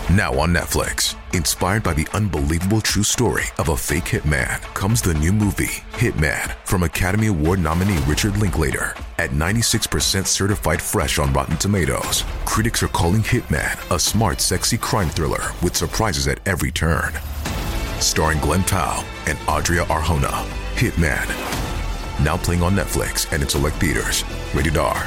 Now on Netflix, inspired by the unbelievable true story of a fake hitman, comes the new movie, Hitman, from Academy Award nominee Richard Linklater. At 96% certified fresh on Rotten Tomatoes, critics are calling Hitman a smart, sexy crime thriller with surprises at every turn. Starring Glenn Powell and Adria Arjona, Hitman. Now playing on Netflix and in select theaters. Rated R.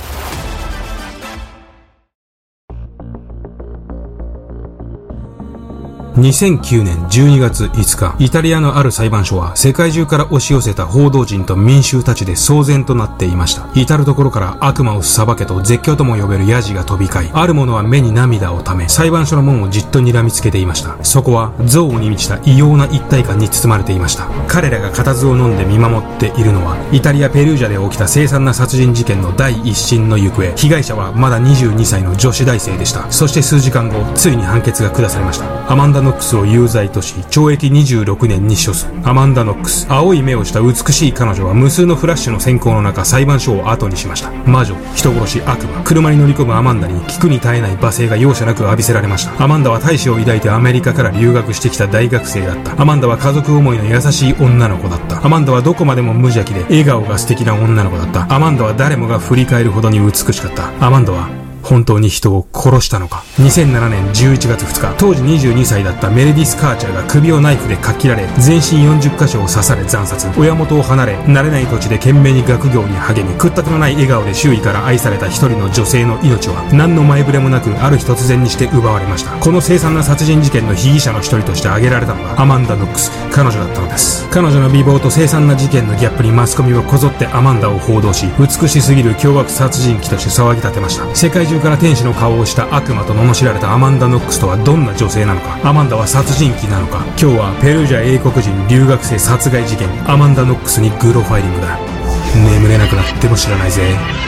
2009年12月5日、イタリアのある裁判所は世界中から押し寄せた報道陣と民衆たちで騒然となっていました。至るところから悪魔を裁けと絶叫とも呼べるヤジが飛び交い、ある者は目に涙をため、裁判所の門をじっと睨みつけていました。そこは憎悪に満ちた異様な一体感に包まれていました。彼らが固唾を飲んで見守っているのは、イタリア・ペルージャで起きた凄惨な殺人事件の第一審の行方。被害者はまだ22歳の女子大生でした。そして数時間後、ついに判決が下されました。アマンダ・ノックスを有罪とし、懲役26年に処す。アマンダ・ノックス、青い目をした美しい彼女は無数のフラッシュの閃光の中、裁判所を後にしました。魔女、人殺し、悪魔、車に乗り込むアマンダに聞くに耐えない罵声が容赦なく浴びせられました。アマンダは大志を抱いてアメリカから留学してきた大学生だった。アマンダは家族思いの優しい女の子だった。アマンダはどこまでも無邪気で笑顔が素敵な女の子だった。アマンダは誰もが振り返るほどに美しかった。アマンダは本当に人を殺したのか。2007年11月2日、当時22歳だったメレディス・カーチャーが首をナイフでかっ切られ、全身40カ所を刺され惨殺。親元を離れ、慣れない土地で懸命に学業に励み、屈託のない笑顔で周囲から愛された一人の女性の命は、何の前触れもなくある日突然にして奪われました。この凄惨な殺人事件の被疑者の一人として挙げられたのがアマンダ・ノックス、彼女だったのです。彼女の美貌と凄惨な事件のギャップにマスコミはこぞってアマンダを報道し、美しすぎる凶悪殺人鬼として騒ぎ立てました。世界中から天使の顔をした悪魔と罵られたアマンダ・ノックスとはどんな女性なのか。アマンダは殺人鬼なのか。今日はペルージャ英国人留学生殺害事件、アマンダ・ノックスにグロファイリングだ。眠れなくなっても知らないぜ。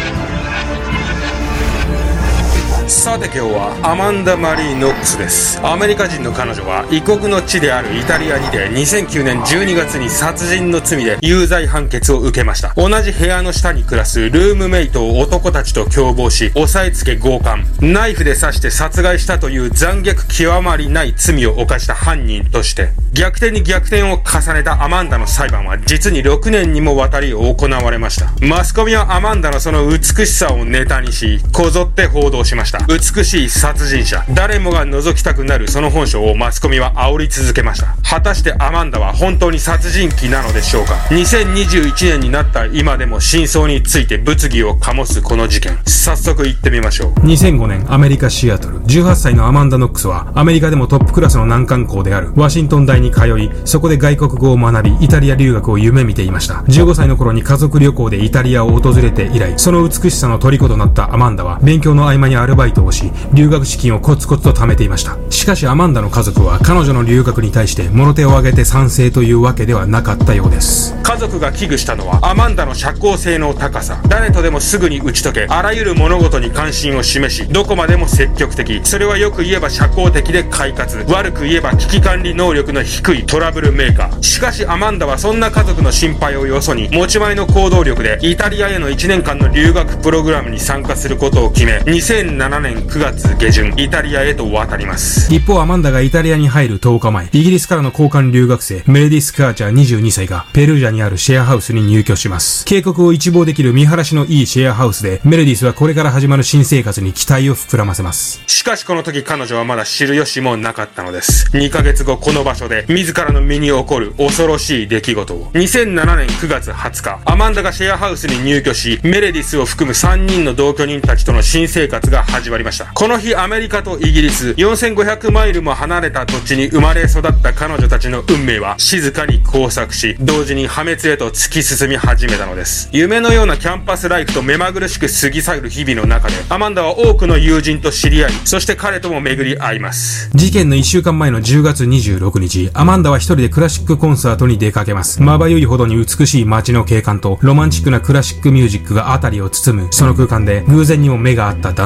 さて今日はアマンダ・マリー・ノックスです。アメリカ人の彼女は異国の地であるイタリアにて2009年12月に殺人の罪で有罪判決を受けました。同じ部屋の下に暮らすルームメイトを男たちと共謀し、押さえつけ強姦、ナイフで刺して殺害したという残虐極まりない罪を犯した犯人として、逆転に逆転を重ねたアマンダの裁判は実に6年にもわたり行われました。マスコミはアマンダのその美しさをネタにし、こぞって報道しました。美しい殺人者、誰もが覗きたくなるその本性をマスコミは煽り続けました。果たしてアマンダは本当に殺人鬼なのでしょうか。2021年になった今でも真相について物議を醸すこの事件、早速行ってみましょう。2005年アメリカシアトル、18歳のアマンダ・ノックスはアメリカでもトップクラスの難関校であるワシントン大に通い、そこで外国語を学び、イタリア留学を夢見ていました。15歳の頃に家族旅行でイタリアを訪れて以来、その美しさの虜となったアマンダは勉強の合間にアルバイトをし、留学資金をコツコツと貯めていました。しかしアマンダの家族は彼女の留学に対して物手を挙げて賛成というわけではなかったようです。家族が危惧したのはアマンダの社交性の高さ、誰とでもすぐに打ち解け、あらゆる物事に関心を示し、どこまでも積極的、それはよく言えば社交的で快活、悪く言えば危機管理能力の低いトラブルメーカー。しかしアマンダはそんな家族の心配をよそに、持ち前の行動力でイタリアへの1年間の留学プログラムに参加することを決め、2007年9月下旬、イタリアへと渡ります。一方アマンダがイタリアに入る10日前、イギリスからの交換留学生メレディス・カーチャー22歳がペルージャにあるシェアハウスに入居します。渓谷を一望できる見晴らしのいいシェアハウスで、メレディスはこれから始まる新生活に期待を膨らませます。しかしこの時彼女はまだ知る由もなかったのです。2ヶ月後この場所で自らの身に起こる恐ろしい出来事を。2007年9月20日、アマンダがシェアハウスに入居し、メレディスを含む3人の同居人たちとの新生活が始まりました。この日アメリカとイギリス4500マイルも離れた土地に生まれ育った彼女たちの運命は静かに交錯し、同時に破滅へと突き進み始めたのです。夢のようなキャンパスライフと目まぐるしく過ぎ去る日々の中で、アマンダは多くの友人と知り合い、そして彼とも巡り合います。事件の1週間前の10月26日、アマンダは一人でクラシックコンサートに出かけます。まばゆいほどに美しい街の景観とロマンチックなクラシックミュージックが辺りを包むその空間で、偶然にも目が合った男性、ラ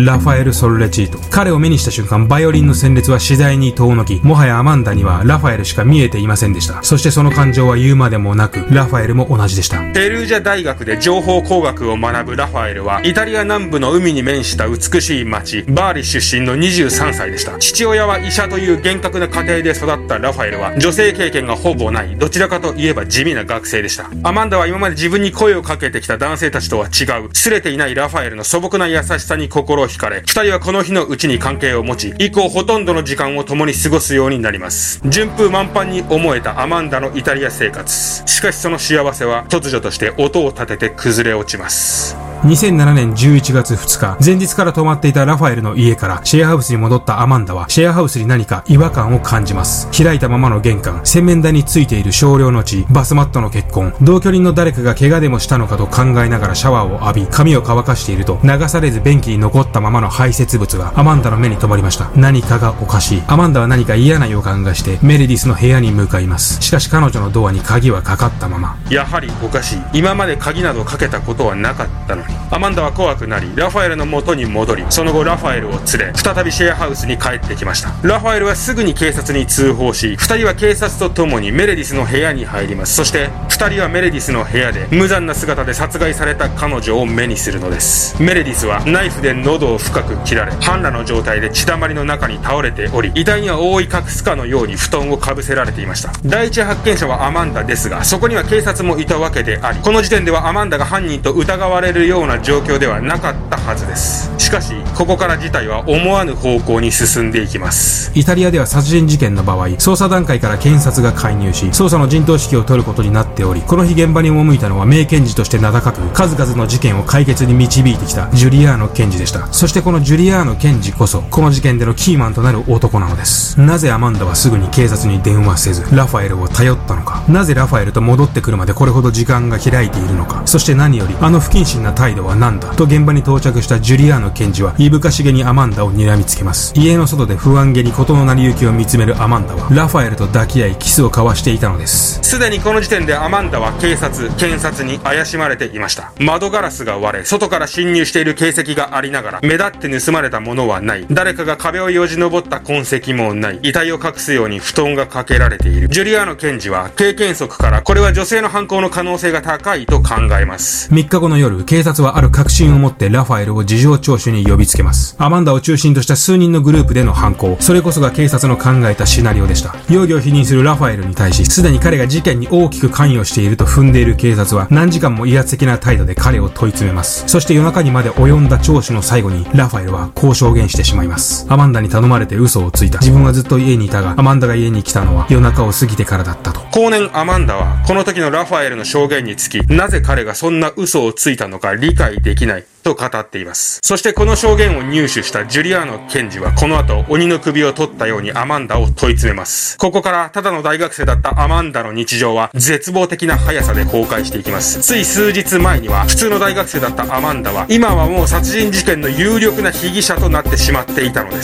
ラファエル・ソルレチート。彼を目にした瞬間、バイオリンの旋律は次第に遠のき、もはやアマンダにはラファエルしか見えていませんでした。そしてその感情は言うまでもなく、ラファエルも同じでした。 ペルージャ大学で情報工学を学ぶラファエルは、イタリア南部の海に面した美しい町、バーリ出身の23歳でした。父親は医者という厳格な家庭で育ったラファエルは、女性経験がほぼない、どちらかといえば地味な学生でした。アマンダは今まで自分に声をかけてきた男性たちとは違う、擦れていないラファエルの素朴な優しさに心を惹かれ、二人はこの日のうちに関係を持ち、以降ほとんどの時間を共に過ごすようになります。順風満帆に思えたアマンダのイタリア生活。しかしその幸せは突如として音を立てて崩れ落ちます。 2007年11月2日、前日から泊まっていたラファエルの家からシェアハウスに戻ったアマンダは、シェアハウスに何か違和感を感じます。開いたままの玄関、洗面台についている少量の血、バスマットの血痕、同居人の誰かが怪我でもしたのかと考えながらシャワーを浴び、髪を乾かしていると、流されず便器に残ったままの排泄物がアマンダの目に留まりました。何かがおかしい。アマンダは何か嫌な予感がして、メレディスの部屋に向かいます。しかし彼女のドアに鍵はかかったまま。 やはりおかしい。今まで鍵などかけたことはなかったのに。アマンダは怖くなり、ラファエルの元に戻り、その後ラファエルを連れ、再びシェアハウスに帰ってきました。ラファエルはすぐに警察に通報し、二人は警察と共にメレディスの部屋に入ります。そして二人はメレディスの部屋で無残な姿で殺害された彼女を目にするのです。メレディスはナイフで喉を深く切られ、半裸の状態で血だまりの中に倒れており、遺体には覆い隠すかのように布団をかぶせられていました。第一発見者はアマンダですが、そこには警察もいたわけであり、この時点ではアマンダが犯人と疑われるような状況ではなかったはずです。しかしここから事態は思わぬ方向に進んでいきます。 イタリアでは殺人事件の場合、捜査段階から検察が介入し、捜査の陣頭指揮を取ることになっており、この日現場に赴いたのは名検事として名高く、数々の事件を解決に導いてきたジュリアーノ検事でした。そしてこのジュリアーノ検事こそ、この事件でのキーマンとなる男なのです。なぜアマンダはすぐに警察に電話せず、ラファエルを頼ったのか。なぜラファエルと戻ってくるまでこれほど時間が開いているのか。そして何より、あの不謹慎な態度は何だと現場に到着したジュリアーノ検事はいぶかしげにアマンダを睨みつけます。家の外で不安げに事の成り行きを見つめるアマンダは、ラファエルと抱き合いキスを交わしていたのです。 すでにこの時点でアマンダは警察、検察に怪しまれていました。窓ガラスが割れ、外から侵入している形跡がありながら、目立って盗まれたものはない。誰かが壁をよじ登った痕跡もない。遺体を隠すように布団がかけられている。ジュリアーノ検事は経験則から、これは女性の犯行の可能性が高いと考えます。 3日後の夜、警察はある確信を持ってラファエルを事情聴取に呼びつけます。アマンダを中心とした数人のグループでの犯行、それこそが警察の考えたシナリオでした。容疑を否認するラファエルに対し、すでに彼が事件に大きく関与していると踏んでいる警察は、何時間も威圧的な態度で彼を問い詰めます。そして夜中にまで及んだ聴取の最後に、ラファエルはこう証言してしまいます。アマンダに頼まれて嘘をついた。自分はずっと家にいたが、アマンダが家に来たのは夜中を過ぎてからだったと。 後年アマンダは、この時のラファエルの証言につき、なぜ彼がそんな嘘をついたのか理解できないと語っています。そしてこの証言を入手したジュリアーノ検事は、この後鬼の首を取ったようにアマンダを問い詰めます。ここからただの大学生だったアマンダの日常は絶望的な速さで崩壊していきます。つい数日前には普通の大学生だったアマンダは、今はもう殺人事件の有力な被疑者となってしまっていたのです。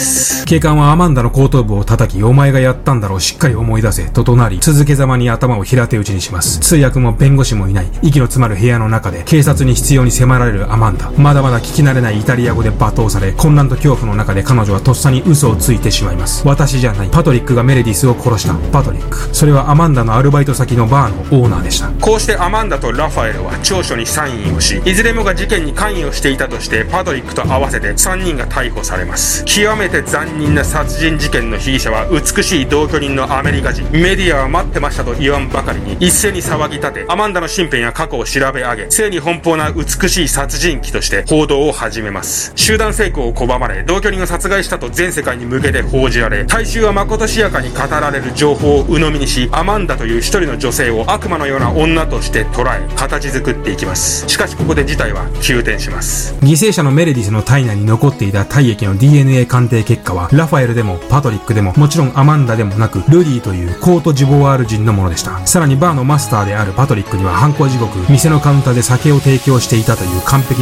警官はアマンダの後頭部を叩き、お前がやったんだろう、しっかり思い出せと怒鳴り、続けざまに頭を平手打ちにします。通訳も弁護士もいない、息の詰まる部屋の中で警察に必要に迫られるアマンダ。まだまだ聞き慣れないイタリア語で罵倒され、混乱と恐怖の中で彼女はとっさに嘘をついてしまいます。私じゃない。パトリックがメレディスを殺した。パトリック。それはアマンダのアルバイト先のバーのオーナーでした。 こうしてアマンダとラファエルは調書にサインをし、いずれもが事件に関与していたとしてパトリックと合わせて3人が逮捕されます。極めて残忍な殺人事件の被疑者は美しい同居人のアメリカ人。メディアは待ってましたと言わんばかりに一斉に騒ぎ立て、アマンダの身辺や過去を調べ上げ、性に奔放な美しい殺人鬼として報道を始めます。集団成功を拒まれ、同居人を殺害したと全世界に向けて報じられ、大衆はまことしやかに語られる情報を鵜呑みにし、アマンダという一人の女性を悪魔のような女として捉え、形作っていきます。しかしここで事態は急転します。 犠牲者のメレディスの体内に残っていた体液の DNA 鑑定結果は、ラファエルでもパトリックでも、もちろんアマンダでもなく、ルディというコートジボワール人のものでした。さらにバーのマスターであるパトリックには犯行時刻、店のカウンターで酒を提供していたという完璧なアリバイ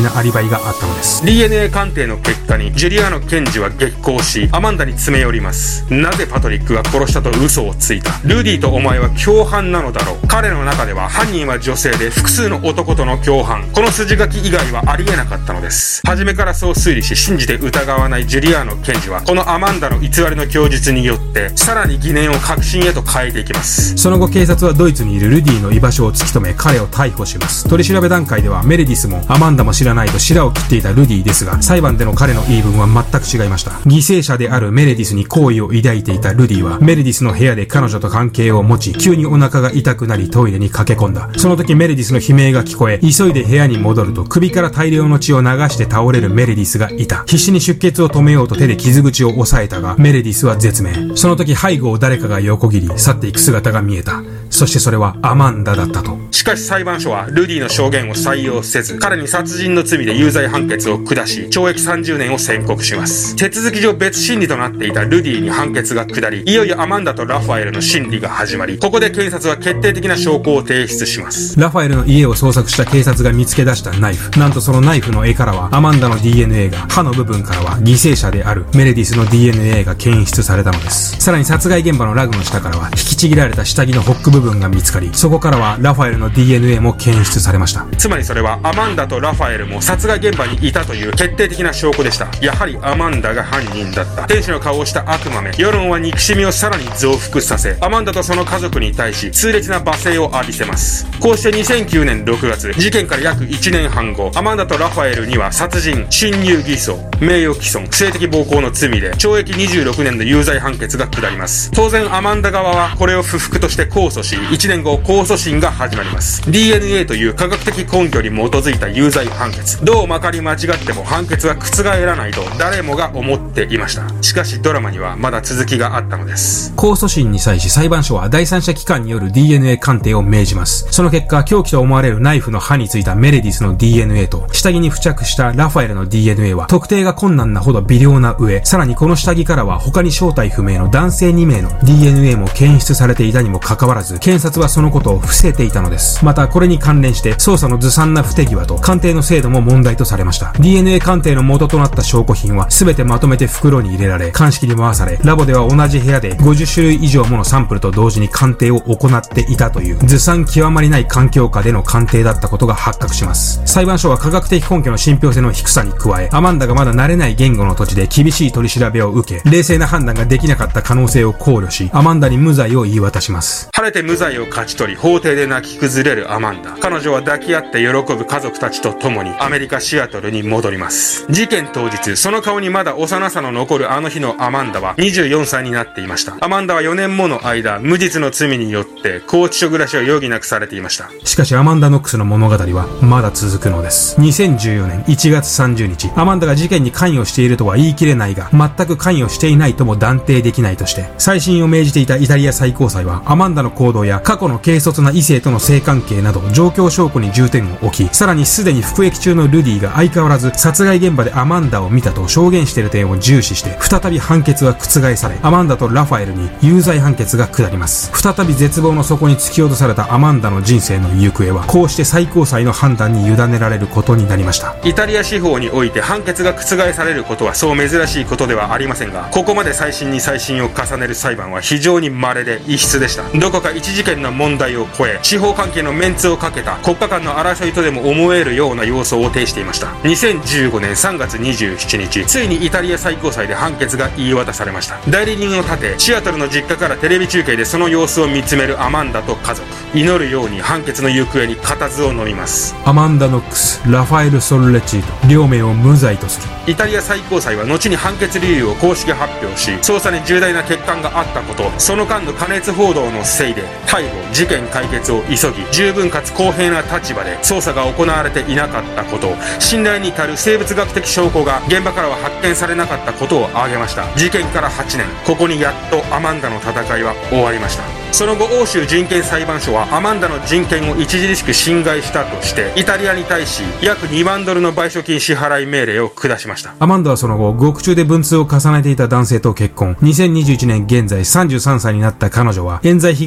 いがあったのです。 DNA 鑑定の結果にジュリアーノ検事は激高し、アマンダに詰め寄ります。なぜパトリックが殺したと嘘をついた？ルディとお前は共犯なのだろう。彼の中では犯人は女性で複数の男との共犯、この筋書き以外はありえなかったのです。初めからそう推理し、信じて疑わないジュリアーノ検事はこのアマンダの偽りの供述によってさらに疑念を確信へと変えていきます。 その後警察はドイツにいるルディの居場所を突き止め、彼を逮捕します。取り調べ段階ではメレディスもアマンダも知らないと白を切っていたルディですが、裁判での彼の言い分は全く違いました。犠牲者であるメレディスに好意を抱いていたルディはメレディスの部屋で彼女と関係を持ち、急にお腹が痛くなりトイレに駆け込んだ。その時メレディスの悲鳴が聞こえ、急いで部屋に戻ると首から大量の血を流して倒れるメレディスがいた。必死に出血を止めようと手で傷口を押さえたが、メレディスは絶命。その時背後を誰かが横切り去っていく姿が見えた。そしてそれはアマンダだったと。 しかし裁判所はルディの証言を採用せず、彼に殺人の罪で有罪判決を下し、懲役30年を宣告します。手続き上別審理となっていたルディに判決が下り、いよいよアマンダとラファエルの審理が始まり、ここで検察は決定的な証拠を提出します。 ラファエルの家を捜索した警察が見つけ出したナイフ、なんとそのナイフの柄からはアマンダの DNA が、刃の部分からは犠牲者であるメレディスの DNA が検出されたのです。さらに殺害現場のラグの下からは引きちぎられた下着のホック部分が見つかり、そこからはラファエルの DNA も検出されました。 つまりそれはアマンダとラファエルも殺害現場にいたという決定的な証拠でした。やはりアマンダが犯人だった。天使の顔をした悪魔め、世論は憎しみをさらに増幅させ、アマンダとその家族に対し痛烈な罵声を浴びせます。こうして2009年6月、事件から約1年半後、アマンダとラファエルには殺人、侵入偽装、名誉毀損、性的暴行の罪で懲役26年の有罪判決が下ります。当然アマンダ側はこれを不服として控訴し、1年後控訴審が始まります。 DNA という科学的根拠に基づいた有罪判決、どうまかり間違っても判決は覆らないと誰もが思っていました。しかしドラマにはまだ続きがあったのです。 控訴審に際し裁判所は第三者機関による DNA 鑑定を命じます。その結果、凶器と思われるナイフの刃についたメレディスの DNA と下着に付着したラファエルの DNA は特定が困難なほど微量な上、さらにこの下着からは他に正体不明の男性2名の DNA も検出されていたにもかかわらず、検察はそのことを伏せていたのです。またこれに関連して捜査のずさんな不手際と鑑定の精度も問題とされました。 DNA 鑑定の元となった証拠品は全てまとめて袋に入れられ、鑑識に回され、ラボでは同じ部屋で50種類以上ものサンプルと同時に鑑定を行っていたというずさん極まりない環境下での鑑定だったことが発覚します。裁判所は科学的根拠の信憑性の低さに加え、アマンダがまだ慣れない言語の土地で厳しい取り調べを受け、冷静な判断ができなかった可能性を考慮し、アマンダに無罪を言い渡します。 晴れて無罪を勝ち取り、法廷で泣き崩れるアマンダ。彼女は抱き合って喜ぶ家族たちと共にアメリカシアトルに戻ります。事件当日、その顔にまだ幼さの残るあの日のアマンダは24歳になっていました。アマンダは4年もの間、無実の罪によって拘置所暮らしを余儀なくされていました。 しかしアマンダ・ノックスの物語はまだ続くのです。2014年1月30日、アマンダが事件に関与しているとは言い切れないが、全く関与していないとも断定できないとして、再審を命じていたイタリア最高裁は、アマンダの行動や過去の軽率な異性との性関係など状況証拠に重点を置き、さらにすでに服役中のルディが相変わらず殺害現場でアマンダを見たと証言している点を重視して、再び判決は覆され、アマンダとラファエルに有罪判決が下ります。再び絶望の底に突き落とされたアマンダの人生の行方は、こうして最高裁の判断に委ねられることになりました。 イタリア司法において判決が覆されることはそう珍しいことではありませんが、ここまで再審に再審を重ねる裁判は非常に稀で異質でした。どこか一事件の問題を超え、司法関係のメンツをかけた国家間の争いとでも思えるような様相を呈していました。2015年3月27日、ついにイタリア最高裁で判決が言い渡されました。代理人を立て、シアトルの実家からテレビ中継でその様子を見つめるアマンダと家族、祈るように判決の行方に固唾を飲みます。 アマンダ・ノックス、ラファエル・ソルレチード、両名を無罪とする。 イタリア最高裁は後に判決理由を公式発表し、捜査に重大な欠陥があったこと、その間の過熱報道のせいで逮捕・事件解決を急ぎ、十分かつ公平な立場で捜査が行われていなかったこと、信頼に至る生物学的証拠が現場からは発見されなかったことを挙げました。事件から8年、ここにやっとアマンダの戦いは終わりました。その後、欧州人権裁判所はアマンダの人権を著しく侵害したとして、イタリアに対し約2万ドルの賠償金支払い命令を下しました。 アマンダはその後、獄中で文通を重ねていた男性と結婚。2021年現在33歳になった彼女は、冤罪被害者支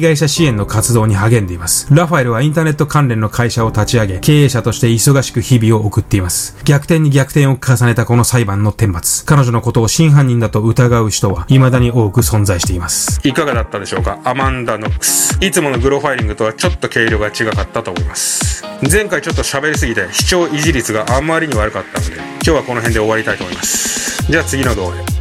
援の活動に励んでいます。ラファエルはインターネット関連の会社を立ち上げ、経営者として忙しく日々を送っています。逆転に逆転を重ねたこの裁判の顛末、彼女のことを真犯人だと疑う人は未だに多く存在しています。 いかがだったでしょうか。アマンダ・ノックス、いつものグロファイリングとはちょっと毛色が違かったと思います。前回ちょっと喋りすぎて視聴維持率があまりに悪かったので、今日はこの辺で終わりたいと思います。じゃあ次の動画で。